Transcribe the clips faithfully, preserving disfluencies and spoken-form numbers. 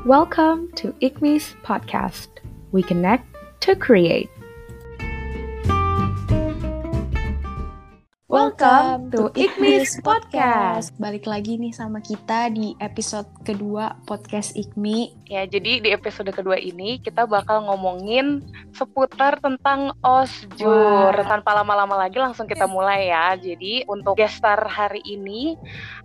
Welcome to ICMI's podcast. We connect to create. Welcome to ICMI's podcast. Balik lagi nih sama kita di episode kedua podcast I C M I. Ya, jadi di episode kedua ini kita bakal ngomongin seputar tentang OSJUR. Wow. Tanpa lama-lama lagi langsung kita mulai ya. Jadi untuk guest star hari ini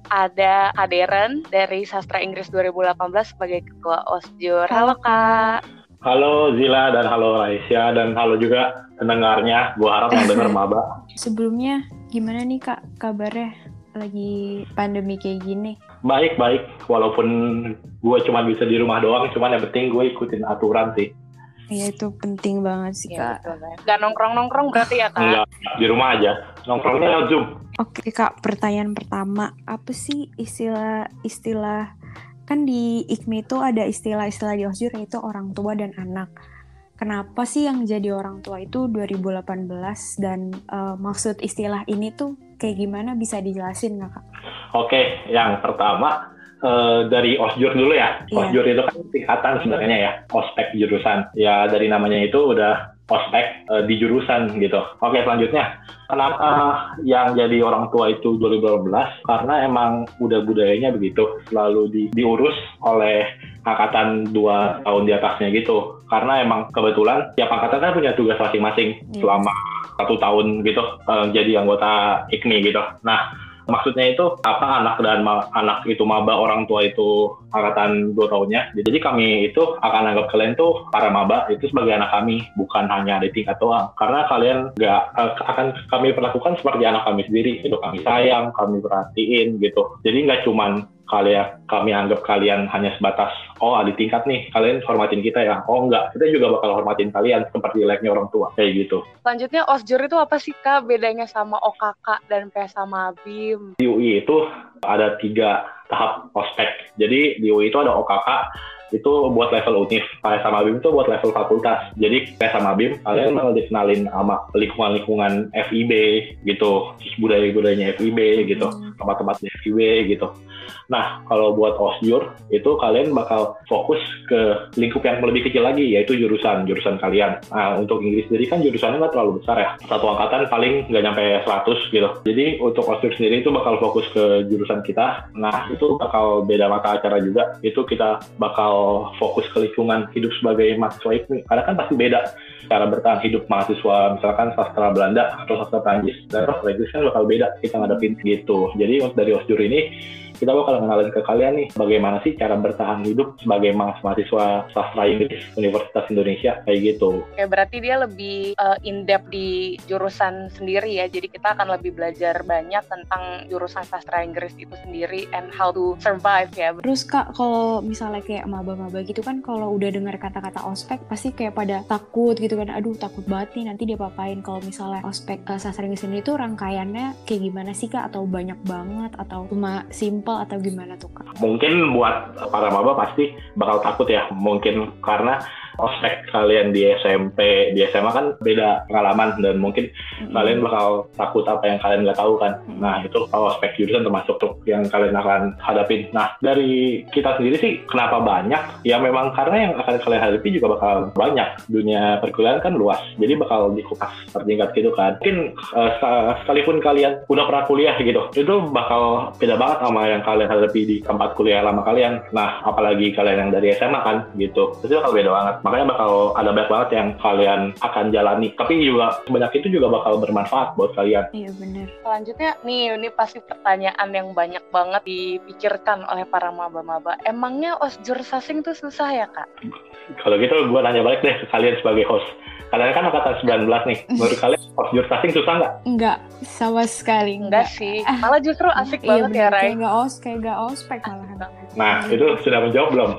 ada Kak Deren dari Sastra Inggris dua ribu delapan belas sebagai ketua OSJUR. Halo Kak. Halo Zila dan halo Raisya dan halo juga pendengarnya. Gue harap yang denger maba. Sebelumnya gimana nih Kak kabarnya lagi pandemi kayak gini? Baik-baik, walaupun gue cuma bisa di rumah doang, cuman yang penting gue ikutin aturan sih. Iya itu penting banget sih ya, Kak. Betul, Gak nongkrong-nongkrong berarti ya Kak? Enggak, di rumah aja. Nongkrongnya lewat Zoom. Oke Kak, pertanyaan pertama, apa sih istilah-istilah, kan di I C M I itu ada istilah-istilah di OSJUR yaitu orang tua dan anak. Kenapa sih yang jadi orang tua itu dua ribu delapan belas dan uh, maksud istilah ini tuh kayak gimana, bisa dijelasin nggak Kak? Oke, yang pertama uh, dari OSJUR dulu ya. Yeah. OSJUR itu kan tingkatan sebenarnya ya, ospek jurusan. Ya dari namanya itu udah ospek uh, di jurusan gitu. Oke, selanjutnya kenapa uh, yang jadi orang tua itu dua ribu delapan belas? Karena emang udah budayanya begitu, selalu di, diurus oleh angkatan dua tahun di atasnya gitu. Karena emang kebetulan tiap angkatan kan punya tugas masing-masing yeah. selama satu tahun gitu uh, jadi anggota I C M I gitu. Nah, maksudnya itu apa anak dan ma- anak itu maba, orang tua itu angkatan dua tahunnya. Jadi kami itu akan anggap kalian tuh para maba itu sebagai anak kami, bukan hanya di tingkat doang. Karena kalian nggak uh, akan kami perlakukan seperti anak kami sendiri. Itu kami sayang, kami perhatiin gitu. Jadi nggak cuman kalian kami anggap kalian hanya sebatas oh adik tingkat nih, kalian hormatin kita ya. Oh enggak, kita juga bakal hormatin kalian seperti layaknya orang tua kayak gitu. Selanjutnya OSJUR itu apa sih Kak? Bedanya sama O K K dan P S A Mabim? Di U I itu ada tiga tahap ospek. Jadi di U I itu ada O K K itu buat level univ, P S A Mabim itu buat level fakultas. Jadi P S A Mabim kalian bakal dikenalin sama lingkungan-lingkungan F I B gitu, budaya-budayanya F I B gitu, tempat-tempat F I B gitu. Nah, kalau buat OSJUR itu kalian bakal fokus ke lingkup yang lebih kecil lagi, yaitu jurusan jurusan kalian. Nah, untuk Inggris sendiri kan jurusannya nggak terlalu besar ya, satu angkatan paling nggak nyampe seratus gitu. Jadi untuk OSJUR sendiri itu bakal fokus ke jurusan kita. Nah, itu bakal beda mata acara juga. Itu kita bakal fokus ke lingkungan hidup sebagai mahasiswa I C M I. Karena kan pasti beda cara bertahan hidup mahasiswa, misalkan sastra Belanda atau sastra Prancis dan sastra Inggris kan bakal beda kita ngadepin gitu. Jadi untuk dari OSJUR ini kita bakal kenalin ke kalian nih bagaimana sih cara bertahan hidup sebagai mahasiswa sastra Inggris Universitas Indonesia kayak gitu. Oke, berarti dia lebih uh, in-depth di jurusan sendiri ya. Jadi kita akan lebih belajar banyak tentang jurusan sastra Inggris itu sendiri and how to survive ya. Terus Kak, kalau misalnya kayak maba-maba gitu kan, kalau udah dengar kata-kata ospek pasti kayak pada takut gitu kan. Aduh, takut banget nih nanti dia apain. Kalau misalnya ospek uh, sastra Inggris sendiri itu rangkaiannya kayak gimana sih Kak? Atau banyak banget atau cuma simple atau gimana tuh Kak? Mungkin buat para maba pasti bakal takut ya, mungkin karena ospek kalian di S M P, di S M A kan beda pengalaman dan mungkin mm-hmm. kalian bakal takut apa yang kalian nggak tahu kan. Mm-hmm. Nah itu ospek jurusan termasuk tuh yang kalian akan hadapin. Nah dari kita sendiri sih kenapa banyak? Ya memang karena yang akan kalian hadapi juga bakal banyak. Dunia perkuliahan kan luas, jadi bakal dikupas bertingkat gitu kan. Mungkin uh, sekalipun kalian udah pernah kuliah gitu, itu bakal beda banget sama yang kalian hadapi di tempat kuliah lama kalian. Nah apalagi kalian yang dari S M A kan gitu, itu bakal beda banget. Makanya bakal ada banyak banget yang kalian akan jalani. Tapi juga sebanyak itu juga bakal bermanfaat buat kalian. Iya benar. Selanjutnya nih, ini pasti pertanyaan yang banyak banget dipikirkan oleh para maba-maba. Emangnya OSJUR Sasing tuh susah ya Kak? Kalau gitu gue nanya balik deh ke kalian sebagai host. Kalian kan angkatan sembilan belas nih. Menurut kalian OSJUR Sasing susah nggak? Enggak, sama sekali enggak. Enggak sih. Malah justru asik iya, banget bener, ya Rai. Kayak nggak os, kayak nggak ospek malahan. Nah itu sudah menjawab belum?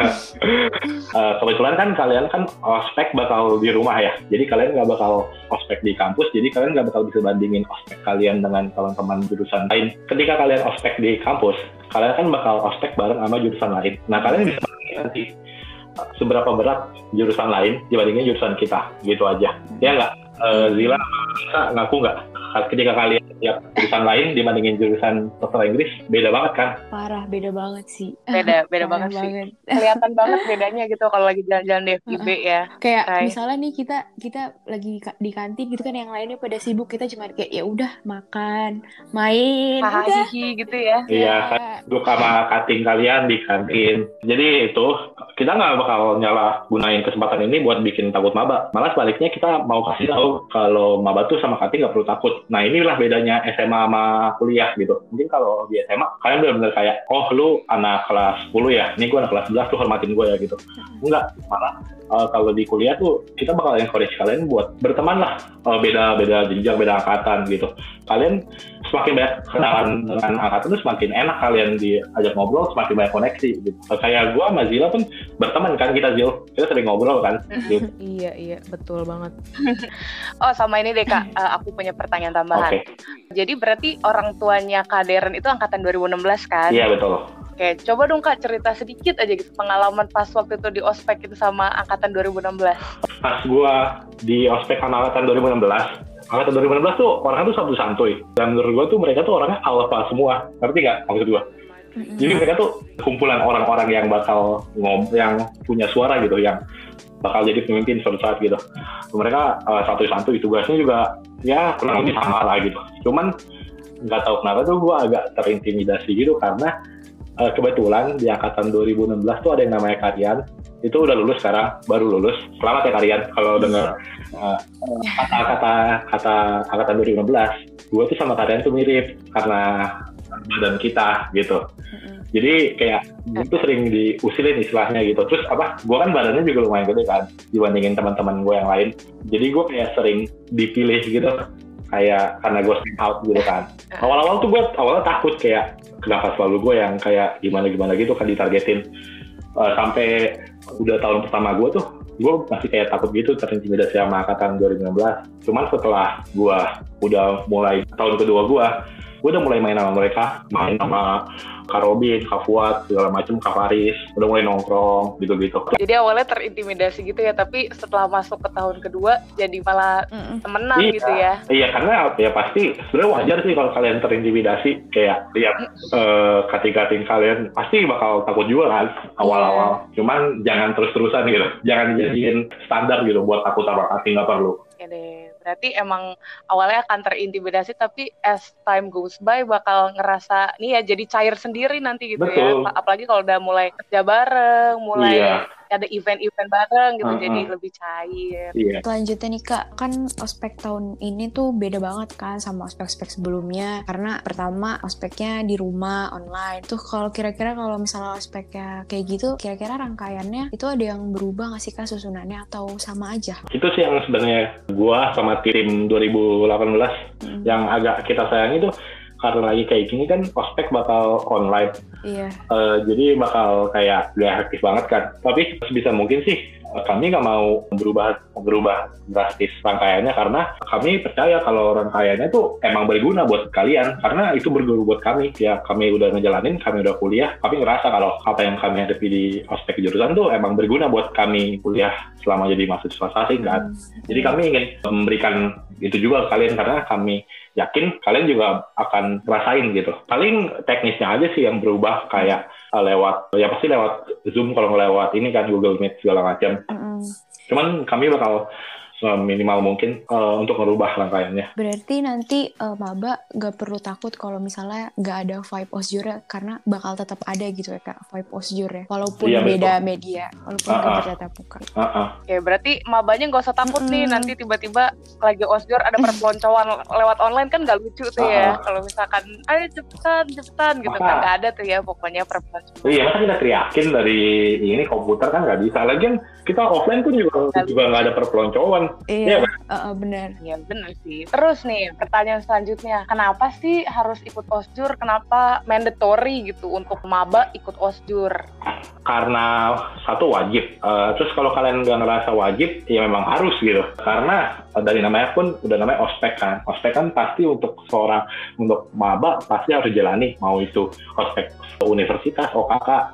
uh, kebetulan kan kalian kan ospek bakal di rumah ya. Jadi kalian nggak bakal ospek di kampus. Jadi kalian nggak bakal bisa bandingin ospek kalian dengan teman-teman jurusan lain. Ketika kalian ospek di kampus, kalian kan bakal ospek bareng sama jurusan lain. Nah kalian bisa bandingin nanti seberapa berat jurusan lain dibandingin jurusan kita, gitu aja. Ya nggak? Uh, Zila ngaku nggak ketika kalian ya jurusan lain dibandingin jurusan sastra Inggris beda banget kan? Parah, beda banget sih. Beda, beda banget, banget sih. Kelihatan banget bedanya gitu kalau lagi jalan-jalan di F I B ya. Kayak Rai. misalnya nih kita kita lagi di kantin gitu kan, yang lainnya pada sibuk, kita cuma kayak ya udah makan, main, udah gitu ya. Iya, kan duduk sama kating kalian di kantin. Jadi itu kita nggak bakal nyala gunain kesempatan ini buat bikin takut maba. Malah sebaliknya kita mau kasih tahu kalau maba tuh sama kating nggak perlu takut. Nah inilah bedanya S M A sama kuliah gitu. Mungkin kalau di S M A kalian benar-benar kayak, oh lu anak kelas sepuluh ya, ini gue anak kelas sebelas tuh hormatin gue ya gitu. Enggak, malah uh, kalau di kuliah tuh kita bakal encourage kalian buat berteman lah, uh, beda-beda jenjang, beda angkatan gitu. Kalian semakin banyak kenalan dengan angkatan tuh semakin enak kalian diajak ngobrol, semakin banyak koneksi gitu. Kayak gue sama Zila pun berteman kan, kita Zil, kita sering ngobrol kan. Gitu. Iya iya betul banget. Oh sama ini deh Kak, uh, aku punya pertanyaan tambahan. Okay. Jadi berarti orang tuanya Kak Deren itu angkatan dua ribu enam belas kan? Iya betul. Oke, coba dong Kak cerita sedikit aja gitu pengalaman pas waktu itu di ospek itu sama angkatan dua ribu enam belas. Pas gue di ospek sama angkatan dua ribu enam belas, angkatan dua ribu enam belas tuh orangnya tuh sabtu santuy. Dan menurut gue tuh mereka tuh orangnya alpha semua. Ngerti gak maksud gue? Mm-hmm. Jadi mereka tuh kumpulan orang-orang yang bakal ngob, yang punya suara gitu, yang bakal jadi pemimpin suatu saat gitu. Mereka uh, satu santuy, tugasnya juga ya kurang lebih sama lah gitu. Cuman nggak tahu kenapa tuh gue agak terintimidasi gitu karena uh, kebetulan di angkatan dua ribu enam belas tuh ada yang namanya Karian. Itu udah lulus sekarang, baru lulus. Selamat ya Karian kalau dengar uh, kata-kata kata angkatan dua ribu enam belas. Gue tuh sama Karian tuh mirip karena badan kita gitu. Mm-hmm. Jadi kayak gue tuh sering diusilin istilahnya gitu. Terus apa, gue kan badannya juga lumayan gede kan dibandingin teman-teman gue yang lain. Jadi gue kayak sering dipilih gitu, kayak karena gue stand out gitu kan. Awal-awal tuh gue awalnya takut, kayak kenapa selalu gue yang kayak gimana-gimana gitu kan ditargetin. Uh, sampai udah tahun pertama gue tuh gue masih kayak takut gitu, terintimidasi sama angkatan dua ribu enam belas. Cuman setelah gue udah mulai tahun kedua gue, gue udah mulai main sama mereka, main sama Kak Robin, Kak Fuad, segala macem, Kak Faris, udah mulai nongkrong gitu-gitu. Jadi awalnya terintimidasi gitu ya, tapi setelah masuk ke tahun kedua jadi malah mm. temenan iya, gitu ya. Iya, karena ya pasti sebenarnya wajar sih kalau kalian terintimidasi, kayak lihat uh, kating-kating kalian pasti bakal takut juga kan awal-awal. Yeah. Cuman jangan terus-terusan gitu, jangan dijadiin standar gitu buat takut sama kating, nggak perlu. Oke deh. Berarti emang awalnya akan terintimidasi, tapi as time goes by bakal ngerasa nih ya jadi cair sendiri nanti gitu. Betul. Ya. Apalagi kalau udah mulai kerja bareng, mulai iya. ada event-event bareng gitu, uh-huh. jadi lebih cair. Iya. Selanjutnya nih Kak, kan ospek tahun ini tuh beda banget kan sama ospek-ospek sebelumnya. Karena pertama ospeknya di rumah, online. Tuh kalau kira-kira kalau misalnya ospeknya kayak gitu, kira-kira rangkaiannya itu ada yang berubah nggak sih Kak susunannya atau sama aja? Itu sih yang sebenarnya gua sama tim dua ribu delapan belas hmm. yang agak kita sayangi tuh, karena lagi kayak gini kan ospek bakal online. Iya. Uh, jadi bakal kayak gak aktif banget kan. Tapi sebisa mungkin sih kami nggak mau berubah berubah drastis rangkaiannya, karena kami percaya kalau rangkaiannya tuh emang berguna buat kalian, karena itu berguna buat kami. Ya kami udah ngejalanin, kami udah kuliah, kami ngerasa kalau apa yang kami hadapi di ospek jurusan tuh emang berguna buat kami kuliah selama jadi mahasiswa asing kan. Hmm. Jadi kami ingin memberikan itu juga ke kalian, karena kami yakin kalian juga akan rasain gitu. Paling teknisnya aja sih yang berubah, kayak uh, lewat, ya pasti lewat Zoom kalau ngelewat ini kan, Google Meet segala macam. Mm-hmm. Cuman kami bakal minimal mungkin uh, untuk merubah rangkaiannya. Berarti nanti uh, maba gak perlu takut kalau misalnya gak ada vibe osjur ya, karena bakal tetap ada gitu ya Kak, vibe osjur ya, walaupun iya, beda betul. Media, walaupun uh-uh. gak bertatap muka. Uh-uh. Oke, berarti mabanya gak usah takut mm-hmm. nih, nanti tiba-tiba lagi osjur ada perpeloncoan lewat online kan gak lucu tuh uh-uh. ya, kalau misalkan ayo cepetan, cepetan gitu kan, gak ada tuh ya pokoknya perpeloncoan. Iya, masa kita teriakin dari ini komputer kan gak bisa, lagian kita offline pun juga gak juga gak ada perpeloncoan. Iya, ya, uh, benar. Iya, benar sih. Terus nih, pertanyaan selanjutnya, kenapa sih harus ikut osjur? Kenapa mandatory gitu untuk maba ikut osjur? Karena satu wajib. Uh, terus kalau kalian nggak ngerasa wajib, ya memang harus gitu. Karena dari namanya pun udah namanya ospek kan. Ospek kan pasti untuk seorang, untuk maba pasti harus jalani. Mau itu ospek universitas, O K K,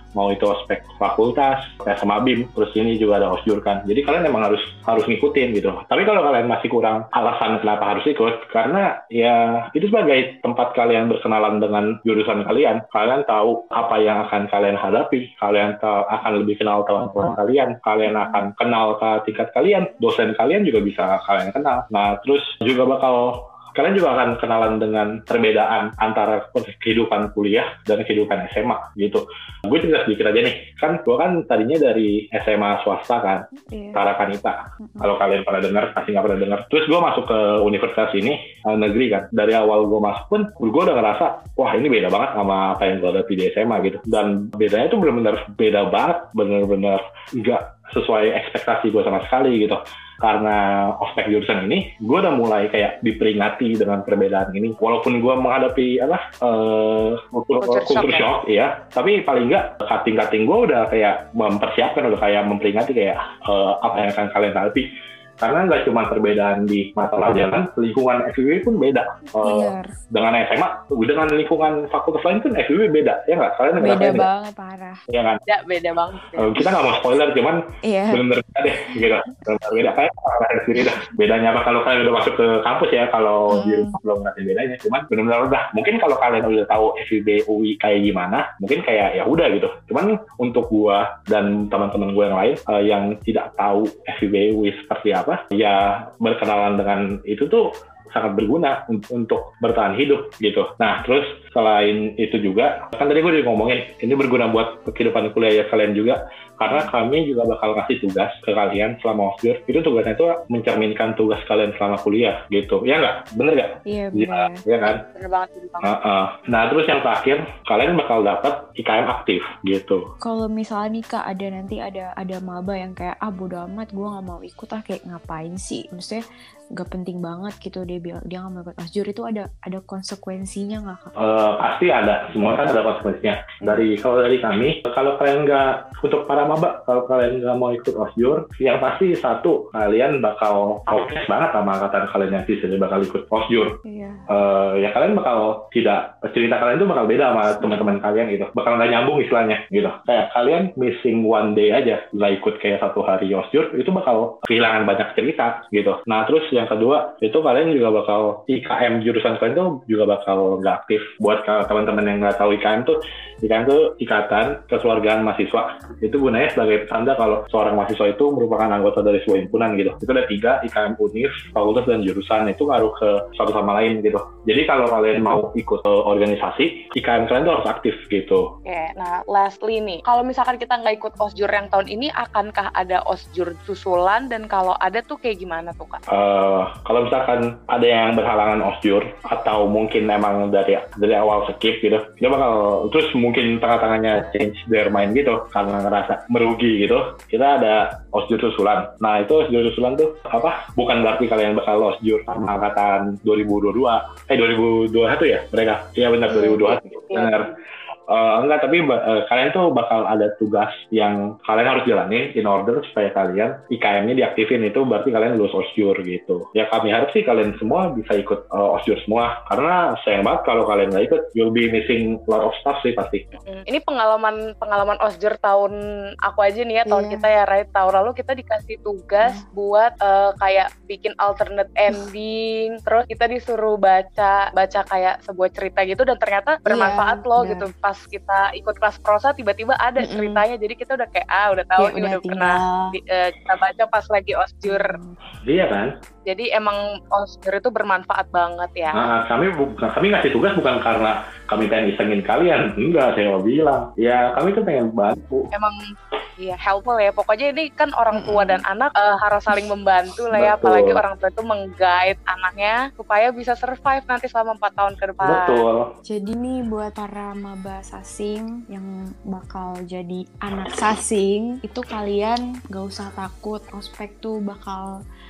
mau itu ospek fakultas, S M A B I M, terus ini juga ada osjur kan. Jadi kalian emang harus harus ngikutin gitu. Tapi kalau kalian masih kurang alasan kenapa harus ikut, karena ya itu sebagai tempat kalian berkenalan dengan jurusan kalian. Kalian tahu apa yang akan kalian hadapi, kalian tahu, akan lebih kenal teman-teman kalian, kalian akan kenal ke tingkat kalian, dosen kalian juga bisa kalian kenal. Nah, terus juga bakal kalian juga akan kenalan dengan perbedaan antara kehidupan kuliah dan kehidupan S M A gitu. Gue cerita sedikit aja nih, kan gue kan tadinya dari S M A swasta kan, yeah. Tarakanita. Mm-hmm. Kalau kalian pernah dengar, pasti nggak pernah dengar. Terus gue masuk ke universitas ini, negeri kan. Dari awal gue masuk pun, gue udah ngerasa, wah ini beda banget sama apa yang gue hadapi di S M A gitu. Dan bedanya tuh benar-benar beda banget, benar-benar nggak sesuai ekspektasi gue sama sekali gitu. Karena ospek jurusan ini, gue udah mulai kayak diperingati dengan perbedaan ini. Walaupun gue menghadapi apa uh, kultur, kultur shock, ya. Tapi paling nggak kating-kating gue udah kayak mempersiapkan, udah kayak memperingati kayak uh, apa yang akan kalian hadapi. Karena nggak cuma perbedaan di mata pelajaran, lingkungan F I B pun beda. Uh, dengan S M A, dengan lingkungan fakultas lain pun F I B beda, ya nggak? Kalian beda banget, ya? Parah. Ya kan? Ya, beda banget. Uh, kita nggak mau spoiler, cuman yeah. benar-benar beda deh, gitu. Benar-benar beda. Kayak kalian sendiri dah. Bedanya apa kalau kalian udah masuk ke kampus ya, kalau hmm. di rumah belum ngerti bedanya. Cuman benar-benar udah. Mungkin kalau kalian udah tahu F I B U I kayak gimana, mungkin kayak ya udah gitu. Cuman untuk gua dan teman-teman gua yang lain uh, yang tidak tahu F I B U I seperti apa, ya berkenalan dengan itu tuh sangat berguna untuk bertahan hidup gitu. Nah, terus selain itu juga, kan tadi gue udah ngomongin, ini berguna buat kehidupan kuliah ya kalian juga, karena kami juga bakal kasih tugas ke kalian selama osjur. Itu tugasnya itu mencerminkan tugas kalian selama kuliah gitu. Ya nggak? Bener nggak? Iya, bener. Ya kan? Bener banget. Bener banget. Uh-uh. Nah, terus yang terakhir, kalian bakal dapat I K M aktif gitu. Kalau misalnya nih Kak, ada nanti ada ada maba yang kayak, ah bodo amat, gue nggak mau ikut ah, kayak ngapain sih? Maksudnya nggak penting banget gitu, dia bilang dia nggak mau ikut osjur, itu ada ada konsekuensinya nggak Kak? Uh, pasti ada, semua kan ada konsekuensinya. Dari kalau dari kami, kalau kalian nggak, untuk para maba, kalau kalian nggak mau ikut osjur, yang pasti satu, kalian bakal progres banget sama angkatan kalian yang sisanya bakal ikut osjur. Iya. Uh, ya kalian bakal tidak, cerita kalian itu bakal beda sama teman-teman kalian gitu, bakal nggak nyambung istilahnya gitu. Kayak kalian missing one day aja, nggak ikut kayak satu hari osjur, itu bakal kehilangan banyak cerita gitu. Nah terus yang kedua, itu kalian juga bakal I K M jurusan kalian tuh juga bakal nggak aktif. Buat teman-teman yang nggak tahu I K M tuh, I K M tuh Ikatan Kekeluargaan Mahasiswa. Itu gunanya sebagai tanda kalau seorang mahasiswa itu merupakan anggota dari sebuah himpunan gitu. Itu ada tiga, I K M Univ, fakultas dan jurusan. Itu ngaruh ke satu sama lain gitu. Jadi kalau kalian mau ikut uh, organisasi, I K M kalian tuh harus aktif gitu. Oke, nah lastly nih, kalau misalkan kita nggak ikut osjur yang tahun ini, akankah ada osjur susulan? Dan kalau ada tuh kayak gimana tuh Kak? Uh, kalau misalkan ada yang berhalangan osjur atau mungkin emang dari dari awal skip gitu, dia bakal terus mungkin tengah-tengahnya change their mind gitu karena ngerasa merugi gitu, kita ada osjur susulan. Nah itu osjur susulan tuh apa? Bukan berarti kalian bakal osjur sama angkatan dua ribu dua puluh dua eh dua ribu dua puluh satu ya mereka? Iya benar dua ribu dua puluh satu. Benar. Uh, enggak, tapi uh, kalian tuh bakal ada tugas yang kalian harus jalanin in order supaya kalian I K M-nya diaktifin. Itu berarti kalian lulus osjur gitu. Ya kami harap sih kalian semua bisa ikut uh, osjur semua, karena sayang banget kalau kalian nggak ikut, you'll be missing a lot of stuff sih pasti. Hmm, ini pengalaman pengalaman osjur tahun aku aja nih ya, tahun yeah. kita ya, right? Tahun lalu kita dikasih tugas yeah. buat uh, kayak bikin alternate ending, terus kita disuruh baca baca kayak sebuah cerita gitu, dan ternyata bermanfaat yeah, loh yeah. gitu. Pas kita ikut kelas prosa tiba-tiba ada mm-hmm. ceritanya, jadi kita udah kayak ah udah tahu ya, nih udah, udah pernah di, uh, kita baca pas lagi osjur. Iya kan? Jadi emang osjur itu bermanfaat banget ya. Nah, kami bukan kami ngasih tugas bukan karena kami pengen isengin kalian, enggak, saya mau bilang ya kami tuh pengen bantu. Emang iya helpful ya, pokoknya ini kan orang tua dan anak uh, harus saling membantu lah ya. Betul. Apalagi orang tua itu meng-guide anaknya supaya bisa survive nanti selama empat tahun ke depan. Betul. Jadi nih buat para maba sasing yang bakal jadi anak sasing, itu kalian gak usah takut, ospek tuh bakal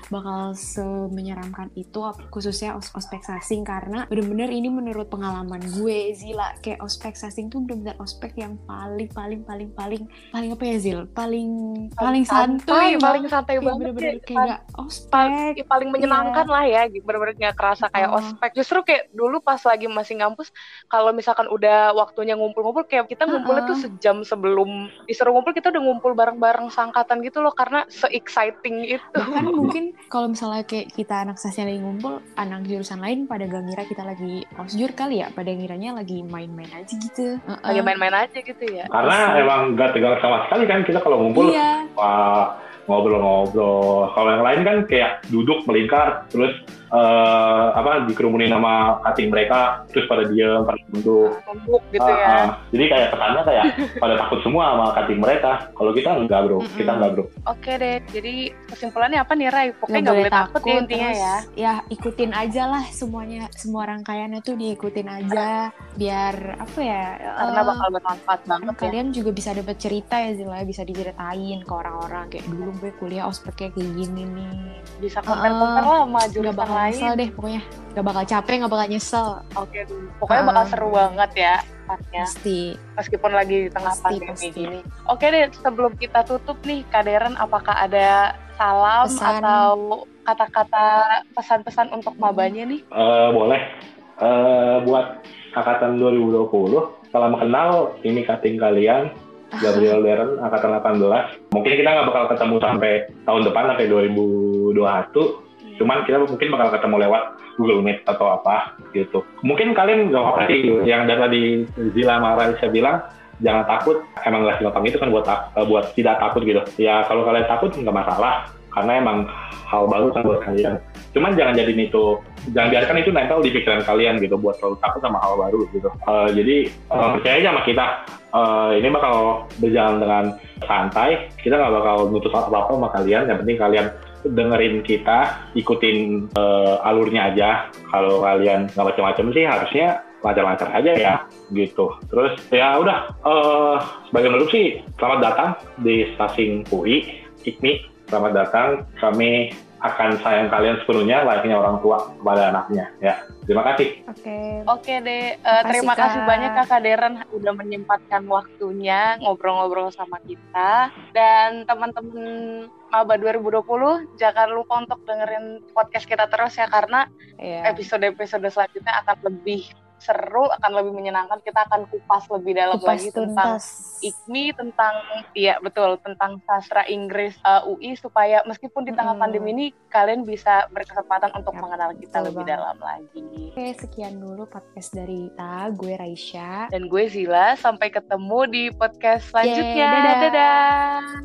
bakal semenyeramkan itu, khususnya os- ospek sasing, karena bener-bener ini menurut pengalaman gue Zila, kayak ospek sasing tuh bener-bener ospek yang paling paling paling paling paling apa ya Zil, paling paling santuy, paling santai kayak banget bener-bener ya. kayak gak ospek, Ya, paling menyenangkan iya. lah ya, gitu. Bener-bener nggak kerasa kayak Oh. ospek. Justru kayak dulu pas lagi masih ngampus, kalau misalkan udah waktunya ngumpul-ngumpul, kayak kita ngumpulnya tuh Uh-uh. sejam sebelum disuruh ngumpul, kita udah ngumpul bareng-bareng sangkatan gitu loh, karena se-exciting itu. Bahkan mungkin kalau misalnya kayak kita anak sasnya lagi ngumpul, anak jurusan lain pada gak ngira kita lagi osjur kali ya, pada ngiranya lagi main-main aja gitu. Uh-uh. Lagi main-main aja gitu ya. Karena Iya. emang gak tegang sama sekali kan kita kalau ngumpul. Iya. Wah, ngobrol-ngobrol. Kalau yang lain kan kayak duduk melingkar, terus uh, apa dikerumunin sama cutting mereka, terus pada diem, pada duduk. Tumpuk gitu Ah, ya. ah. Jadi kayak kesannya kayak pada takut semua sama cutting mereka. Kalau kita enggak bro, Mm-mm. kita enggak bro. Oke deh, jadi kesimpulannya apa nih Rai? Pokoknya Nggak nggak boleh takut, ya intinya terus ya. ya ikutin aja lah semuanya, semua rangkaiannya tuh diikutin aja, biar apa ya, Karena eh, bakal bermanfaat banget ya. kalian juga bisa dapat cerita ya Zila, bisa diceritain ke orang-orang kayak dulu gue kuliah ospeknya kayak gini nih. Bisa compare-compare lah sama Gak jurusan bakal lain. nyesel deh pokoknya, gak bakal capek, gak bakal nyesel, Oke dulu. Pokoknya bakal Ah. seru banget ya partnya. pasti. Meskipun lagi di tengah Pasti, pandemi pasti. gini. Oke deh, sebelum kita tutup nih, Kak Deren, apakah ada salam Pesan. atau kata-kata pesan-pesan untuk mabanya nih? Eh, boleh. Eh, buat angkatan dua ribu dua puluh, salam kenal, ini cutting kalian, Gabriel Deren, angkatan delapan belas. Mungkin kita nggak bakal ketemu sampai tahun depan, sampai dua ribu dua puluh satu. Cuman kita mungkin bakal ketemu lewat Google Meet atau apa gitu. Mungkin kalian nggak apa sih, yang dari tadi Zila sama Raisa bilang, jangan takut. Emang nggak gampang itu kan buat tak- buat tidak takut gitu. Ya kalau kalian takut nggak masalah, karena emang hal baru kan buat kalian. Cuman jangan jadiin itu, jangan biarkan itu nempel di pikiran kalian gitu, buat selalu takut sama hal baru gitu. Uh, jadi uh, percaya aja sama kita. Uh, ini bakal berjalan dengan santai. Kita nggak bakal nutup apa-apa sama kalian. Yang penting kalian dengerin kita, ikutin uh, alurnya aja. Kalau kalian nggak macam-macam sih, harusnya lancar-lancar aja ya, gitu. Terus ya udah, uh, sebagai penutup sih, selamat datang di Sasing U I, I K M I. Selamat datang, kami akan sayang kalian sepenuhnya layaknya orang tua kepada anaknya ya. Terima kasih. Oke. Oke deh, uh, Makasih, terima Kak. kasih banyak Kak Deren udah menyempatkan waktunya ngobrol-ngobrol sama kita. Dan teman-teman Maba dua ribu dua puluh, jangan lupa untuk dengerin podcast kita terus ya, karena Iya. episode-episode selanjutnya akan lebih seru, akan lebih menyenangkan. Kita akan kupas lebih dalam Kupas lagi tentang tuntas. I K M I, tentang, iya betul, tentang sastra Inggris uh, U I, supaya meskipun di tengah Mm-mm. pandemi ini, kalian bisa berkesempatan untuk Yap, mengenal kita betul lebih banget. dalam lagi. Oke, sekian dulu podcast dari kita. Gue Raisya. Dan gue Zila, sampai ketemu di podcast selanjutnya. Yeay, dadah. Dadah!